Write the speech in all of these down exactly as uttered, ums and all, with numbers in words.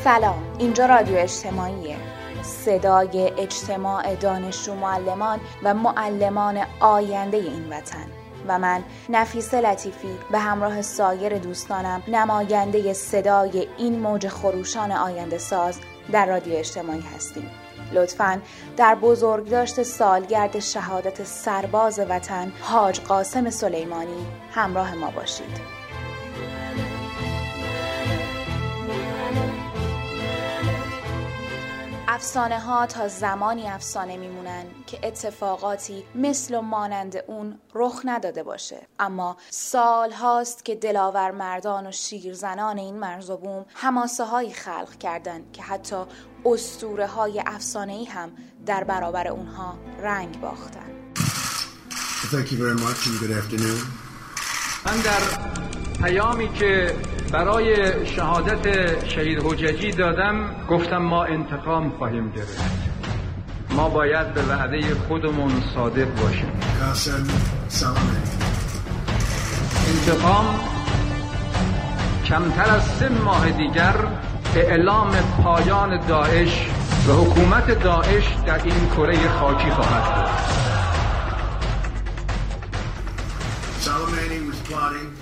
سلام، اینجا رادیو اجتماعیه، صدای اجتماع دانشجو معلمان و معلمان آینده این وطن و من نفیسه لطیفی به همراه سایر دوستانم نماینده صدای این موج خروشان آینده ساز در رادیو اجتماعی هستیم. لطفاً در بزرگداشت سالگرد شهادت سرباز وطن حاج قاسم سلیمانی همراه ما باشید. افسانه ها تا زمانی افسانه میمونن که اتفاقاتی مثل و مانند اون رخ نداده باشه، اما سال هاست که دلاور مردان و شیرزنان این مرز و بوم حماسه هایی خلق کردن که حتی اسطوره های افسانه‌ای هم در برابر اونها رنگ باختن. Thank you very much and good afternoon. من در پیامی که برای شهادت شهید حججی دادم گفتم ما انتقام خواهیم گرفت. ما باید به وعده خودمون صادق باشیم. قاسم سلیمانی. انتقام کمتر از سه ماه دیگر اعلام پایان داعش و حکومت داعش در این کره خاکی خواهد بود. Soleimani was plotting.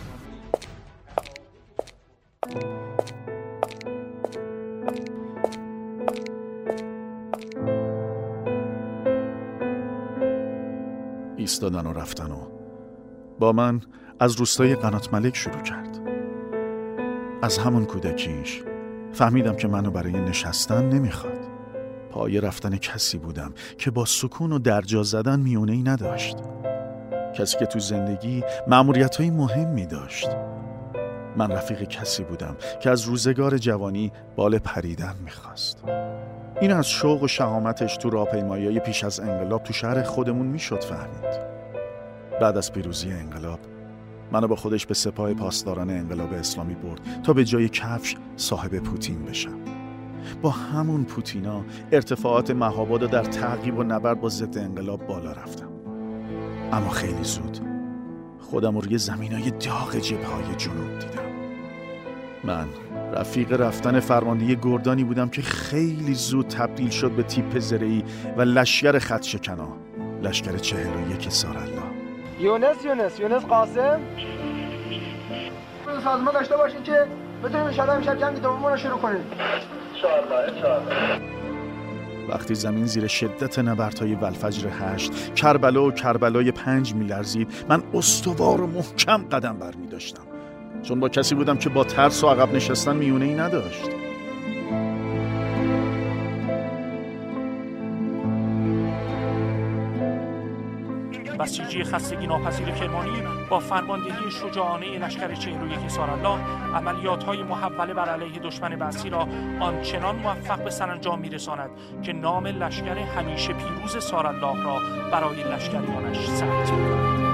ایستادن و رفتن و با من از روستای قنات ملک شروع کرد. از همون کودکیش فهمیدم که منو برای نشستن نمیخواد. پای رفتن کسی بودم که با سکون و درجا زدن میونه‌ای نداشت. کسی که تو زندگی مأموریت‌های مهمی داشت. من رفیق کسی بودم که از روزگار جوانی بال پریدن میخواست. این از شوق و شهامتش تو راهپیمایی‌های پیش از انقلاب تو شهر خودمون میشد فهمید. بعد از پیروزی انقلاب منو با خودش به سپاه پاسداران انقلاب اسلامی برد تا به جای کفش صاحب پوتین بشم. با همون پوتینا ارتفاعات مهاباد در تعقیب و نبرد با ضد انقلاب بالا رفتم. اما خیلی زود خودم روی زمینای داغ جبهه‌های جنوب دیدم. من رفیق رفتن فرماندهی گردانی بودم که خیلی زود تبدیل شد به تیپ زرعی و لشکر خط شکنا، لشکر چهل و یک سارالله. یونس یونس یونس قاسم سازمان داشته باشین که بتونیم انشاءالله امشب جنگ دوم رو شروع کنیم. انشاءالله انشاءالله. وقتی زمین زیر شدت نبردهای والفجر هشت کربلا و کربلای پنج میلرزید، من استوار و محکم قدم برمی داشتم، چون با کسی بودم که با ترس و عقب نشستن میونه‌ای نداشت. بسیجی خستگی ناپذیر کرمانی با فرماندهی شجاعانه لشکر چهل و یک سارالله عملیات‌های محوله بر علیه دشمن بعثی را آنچنان موفق به سرانجام می‌رساند که نام لشکر همیشه پیروز سارالله را برای لشکریانش ثبت کند.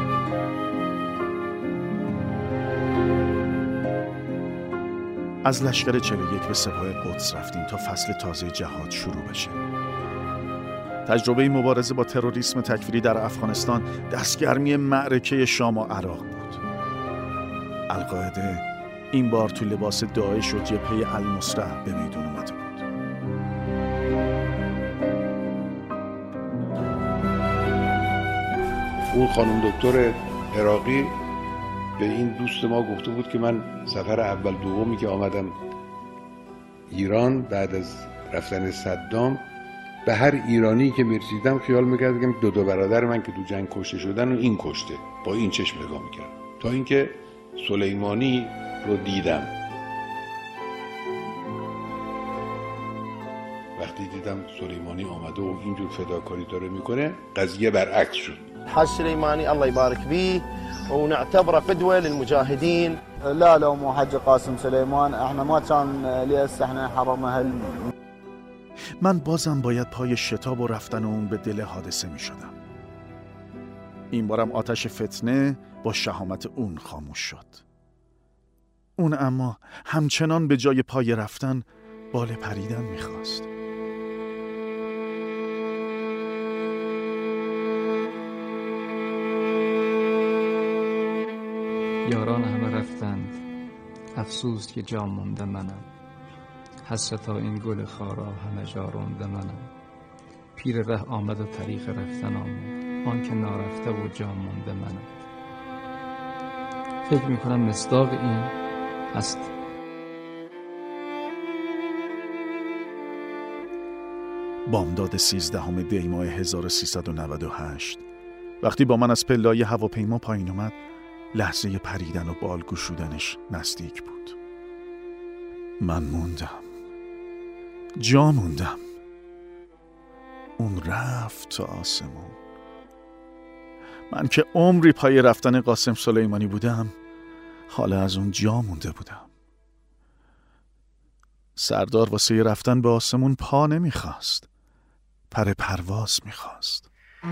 از لشکر چهل و یک به سپاه قدس رفتیم تا فصل تازه جهاد شروع بشه. تجربه مبارزه با تروریسم تکفیری در افغانستان دستگرمی معرکه شام و عراق بود. القاعده این بار تو لباس داعش و جبهه المصرع به میدون اومده بود. اون خانم دکتر عراقی به این دوست ما گفته بود که من سفر اول دومی که آمدم ایران بعد از رفتن صدام به هر ایرانی که میرسیدم خیال میکردم که دو دو برادر من که تو جنگ کشته شدن و این کشته، با این چشم نگاه میکردم تا اینکه سلیمانی رو دیدم. وقتی دیدم سلیمانی آمده و اینجور فداکاری داره میکنه قضیه برعکس شد. حاج سليماني الله يبارك به ونعتبره قدوة للمجاهدين. لا لو مو حج قاسم سليمان احنا ما كان ليس احنا حرمنا هال. من بازم باید پای شتاب و رفتن اون به دل حادثه می شدم. این بارم آتش فتنه با شهامت اون خاموش شد. اون اما همچنان به جای پای رفتن بال پریدن می خواست. یاران همه رفتند، افسوس که جا مانده منم. حسرتا این گل خارا همه جا رونده منم. پیر ره آمد و طریق رفتن آمد، آن که نارفته و جا مونده منم. فکر میکنم مصداق این هست. بامداد سیزدهم دی ماه هزار و سیصد و نود و هشت وقتی با من از پله‌های هواپیما پایین اومد، لحظه پریدن و بال گشودنش نزدیک بود. من موندم، جا موندم. اون رفت تا آسمون. من که عمری پای رفتن قاسم سلیمانی بودم، حالا از اون جا مونده بودم. سردار واسه رفتن به آسمون پا نمیخواست، پر پرواز میخواست.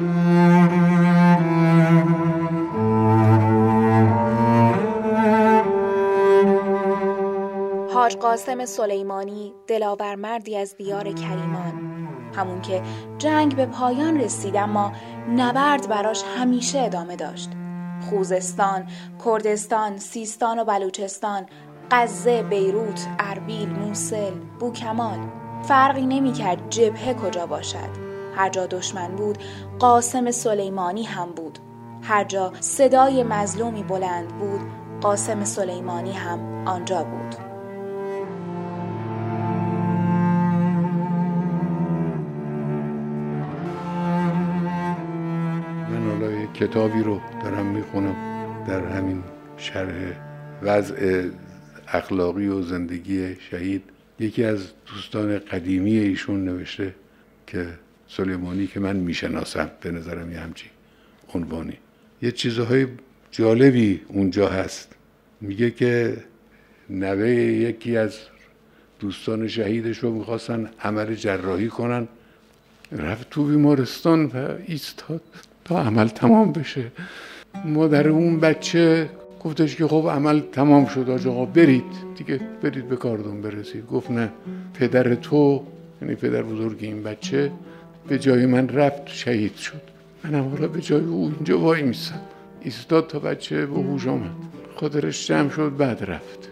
حاج قاسم سلیمانی دلاور مردی از دیار کریمان، همون که جنگ به پایان رسید اما نبرد براش همیشه ادامه داشت. خوزستان، کردستان، سیستان و بلوچستان، غزه، بیروت، اربیل، موصل، بوکمال، فرقی نمی کرد جبهه کجا باشد. هر جا دشمن بود قاسم سلیمانی هم بود. هر جا صدای مظلومی بلند بود قاسم سلیمانی هم آنجا بود. من حالا یک کتابی رو دارم میخونم در همین شرح وضع اخلاقی و زندگی شهید. یکی از دوستان قدیمی ایشون نوشته که سلیمانی که من میشناسم، به نظرم یه همچین عنوانی. یه چیزهای جالبی اونجا هست. میگه که نوه یکی از دوستان شهیدش رو میخواستن عمل جراحی کنن، رفت تو بیمارستان و ایستاد تا عمل تمام بشه. مادر اون بچه گفتش که خب عمل تمام شد آج آقا، برید دیگه، برید به کاردون برسید. گفت نه، پدر تو، یعنی پدر بزرگ این بچه، به جای من رفت شهید شد. منم حالا به جای او اینجا وای میستم. ایستاد تا بچه به هوش آمد، خاطرش جمع شد، بعد رفت.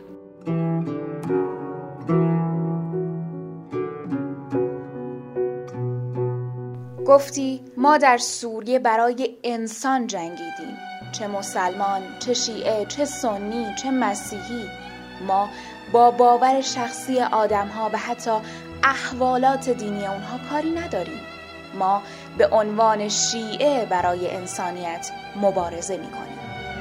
گفتی ما در سوریه برای انسان جنگیدیم، چه مسلمان، چه شیعه، چه سنی، چه مسیحی. ما با باور شخصی آدم‌ها و حتی احوالات دینی اونها کاری نداریم. ما به عنوان شیعه برای انسانیت مبارزه می‌کنیم.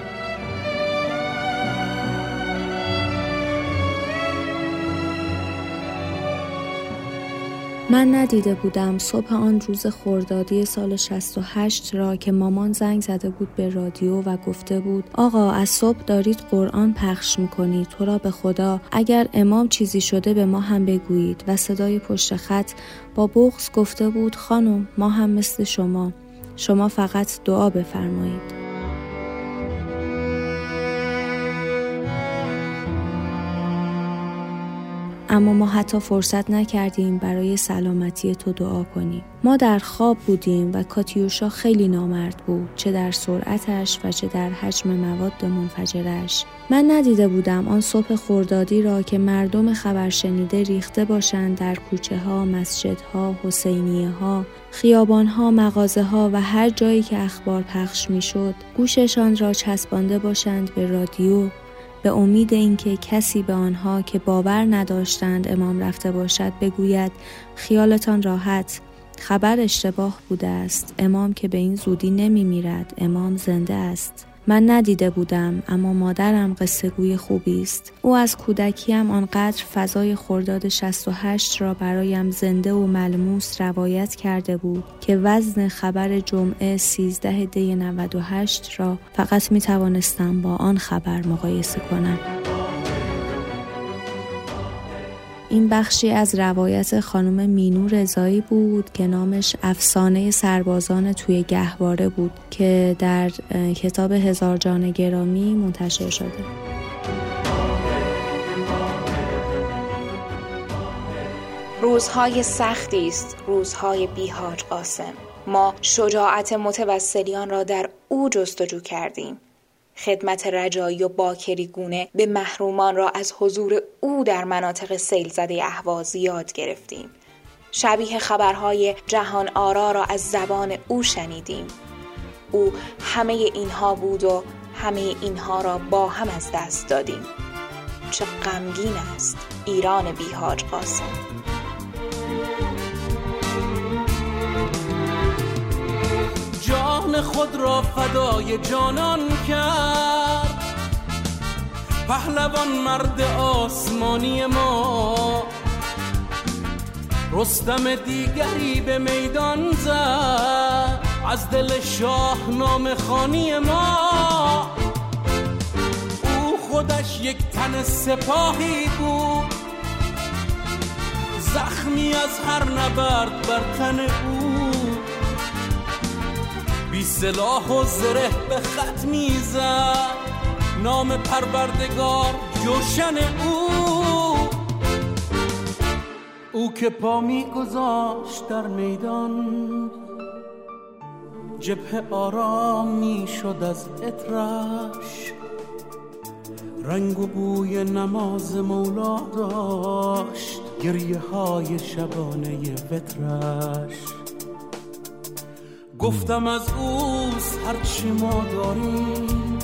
من ندیده بودم صبح آن روز خردادی سال شصت و هشت را که مامان زنگ زده بود به رادیو و گفته بود آقا از صبح دارید قرآن پخش میکنید، تو را به خدا اگر امام چیزی شده به ما هم بگویید. و صدای پشت خط با بغض گفته بود خانم ما هم مثل شما، شما فقط دعا بفرمایید. اما ما حتی فرصت نکردیم برای سلامتی تو دعا کنیم. ما در خواب بودیم و کاتیوشا خیلی نامرد بود، چه در سرعتش و چه در حجم مواد منفجرش. من ندیده بودم آن صبح خردادی را که مردم خبر شنیده ریخته باشند در کوچه ها، مسجد ها، حسینیه ها، خیابان ها، مغازه ها و هر جایی که اخبار پخش می شد گوششان را چسبانده باشند به رادیو، به امید اینکه کسی به آنها که باور نداشتند امام رفته باشد بگوید خیالتان راحت، خبر اشتباه بوده است، امام که به این زودی نمی میرد، امام زنده است. من ندیده بودم اما مادرم قصه گوی خوبی است. او از کودکیم آنقدر فضای خرداد شصت و هشت را برایم زنده و ملموس روایت کرده بود که وزن خبر جمعه سیزده دی نود و هشت را فقط می توانستم با آن خبر مقایسه کنم. این بخشی از روایت خانم مینو رضایی بود که نامش افسانه سربازان توی گهواره بود که در کتاب هزار جان گرامی منتشر شده. روزهای سختی است، روزهای بی حاج قاسم. ما شجاعت متوسلیان را در او جستجو کردیم. خدمت رجایی و باکری گونه به محرومان را از حضور او در مناطق سیل زده اهواز یاد گرفتیم. شبیه خبرهای جهان آرا را از زبان او شنیدیم. او همه اینها بود و همه اینها را با هم از دست دادیم. چه غمگین است ایران بی حاج قاسم. جان خود را فدای جانان کرد پهلوان مرد آسمانی ما، رستم دیگری به میدان زد از دل شاهنامه خوانی ما. او خودش یک تن سپاهی بود، زخمی از هر نبرد بر تن او، بی سلاح و زره به خط میزد نام پروردگار جوشن او. او که پا میگذاشت در میدان، جبهه آرام میشد از عطرش، رنگ و بوی نماز مولا داشت گریه های شبانه وترش. گفتم از اوست هرچی ما داریم،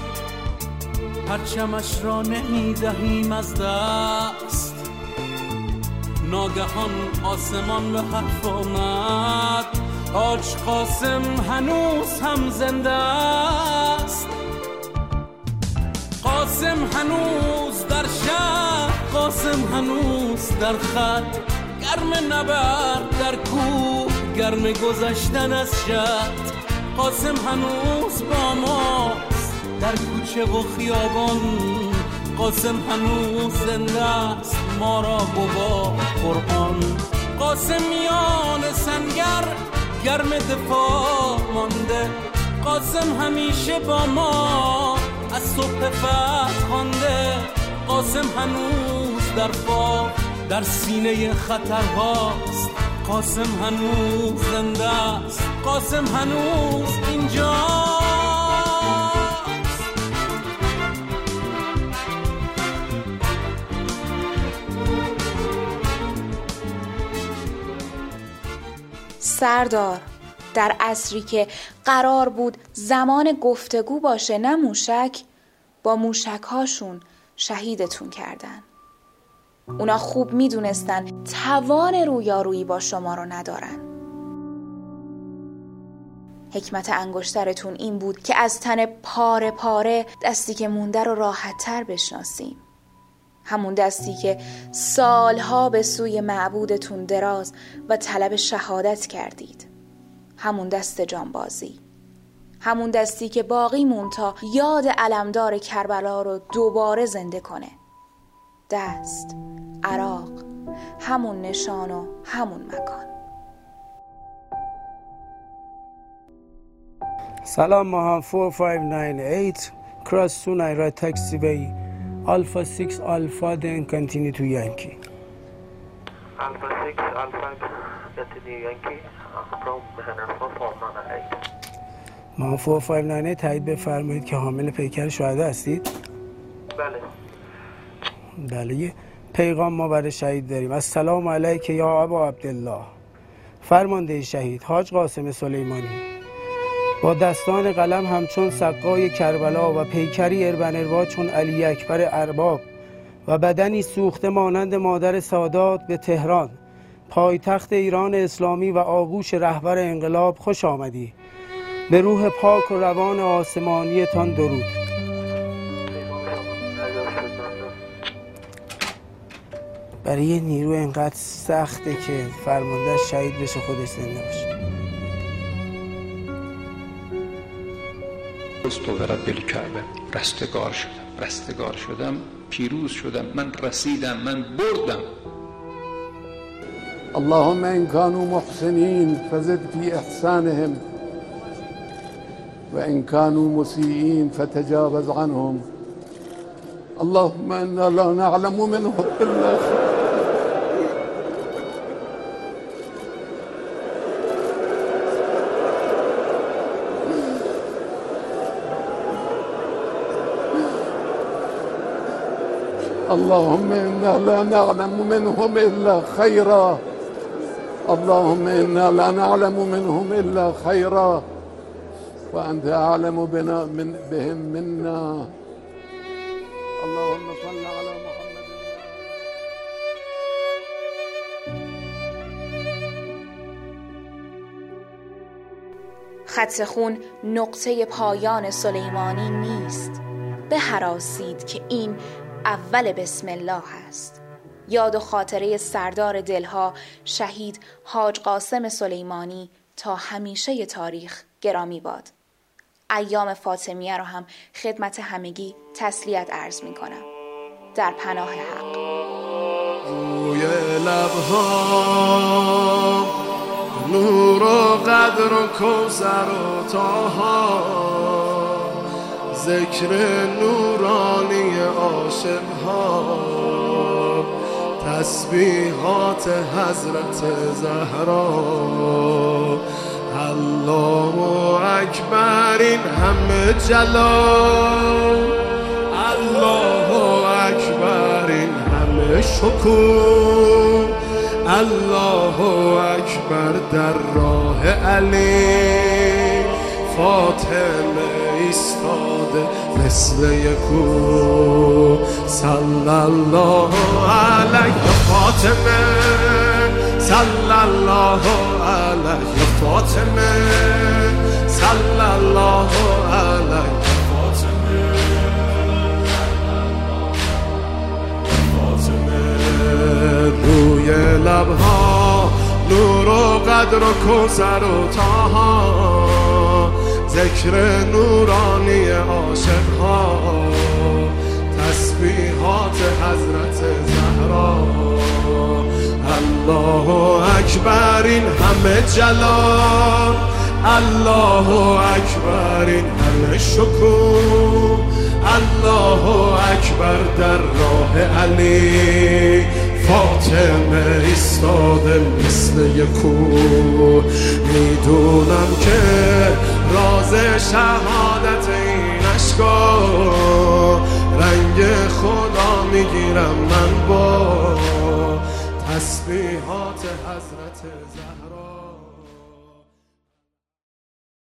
پرچمش را نمیدهیم از دست. ناگهان آسمان به حرف آمد، حاج قاسم هنوز هم زنده است. قاسم هنوز در شهر، قاسم هنوز در خط، گرم نبرد در کوه، گرم گذشتن از شط. قاسم هنوز با ماست در کوچه و خیابان، قاسم هنوز زنده است ما را گواه قرآن. قاسم میان سنگر گرم دفاع مانده، قاسم همیشه با ما از صبح فتح خوانده. قاسم هنوز در پا در سینه خطرهاست، قاسم هنوز زنده است، قاسم هنوز اینجاست. سردار، در عصری که قرار بود زمان گفتگو باشه نه موشک، با موشک هاشون شهیدتون کردن. اونا خوب میدونستن توان رویارویی با شما رو ندارن. حکمت انگشترتون این بود که از تن پاره پاره دستی که مونده رو راحت تر بشناسیم. همون دستی که سالها به سوی معبودتون دراز و طلب شهادت کردید. همون دست جانبازی. همون دستی که باقی مون تا یاد علمدار کربلا رو دوباره زنده کنه. دست، عراق، همون نشان و همون مکان. سلام ماهان چهار پنج نه هشت Cross Sunai Right Taxiway Alpha six Alpha then continue to Yankee. Alpha six Alpha continue Yankee from eight. ما چهار پنج نه هشت تایید بفرمایید که حامل پیکر شهدا هستید؟ بله. بله. پیغام ما برای شهید داریم. السلام علیک یا ابا عبدالله، فرمانده شهید حاج قاسم سلیمانی، با دستان قلم همچون سقای کربلا و پیکری اربنروا چون علی اکبر ارباب و بدنی سوخته مانند مادر سادات به تهران، پایتخت ایران اسلامی و آغوش رهبر انقلاب خوش آمدی. به روح پاک و روان آسمانی تان درود. برای یه نیرو اینقدر سخته که فرماندهش شهید بشه خودش زنده باشه. استوارت بالکعبه، رستگار شدم رستگار شدم پیروز شدم، من رسیدم، من بردم. اللهم ان كانوا محسنين فزد في احسانهم وان كانوا مسيئين فتجاوز عنهم. اللهم انا لا نعلم منهم الا خير. اللهم إنا لا نعلم منهم إلا خيرا اللهم إنا لا نعلم منهم إلا خيرا وأنت أعلم بنا من بهم منا اللهم صل على محمد. خط خون نقطه پایان سلیمانی نیست. بهراسید که این اول بسم الله است. یاد و خاطره سردار دلها شهید حاج قاسم سلیمانی تا همیشه تاریخ گرامی باد. ایام فاطمیه را هم خدمت همگی تسلیت عرض می کنم. در پناه حق. روی لبها نور و قدر و کوثر و طاها ذکر نورانی عاشقها تسبیحات حضرت زهرا الله اکبر این همه جلال الله اکبر این همه شکوه الله اکبر در راه علی فاطمه ایستاده مثل یکو صلی الله علیه فاطمه صلی الله علیه فاطمه صلی الله علیه فاطمه فاطمه روی لبها نور و قدر و کوثر و طاها ذکر نورانی عاشقها تسبیحات حضرت زهرا الله اکبر این همه جلال الله اکبر این همه شکوه الله اکبر در راه علی فاطمه ایستاده مثل یکو میدونم که راز شهادت این اشکا رنگ خدا میگیرم من با تسبیحات حضرت زهرا.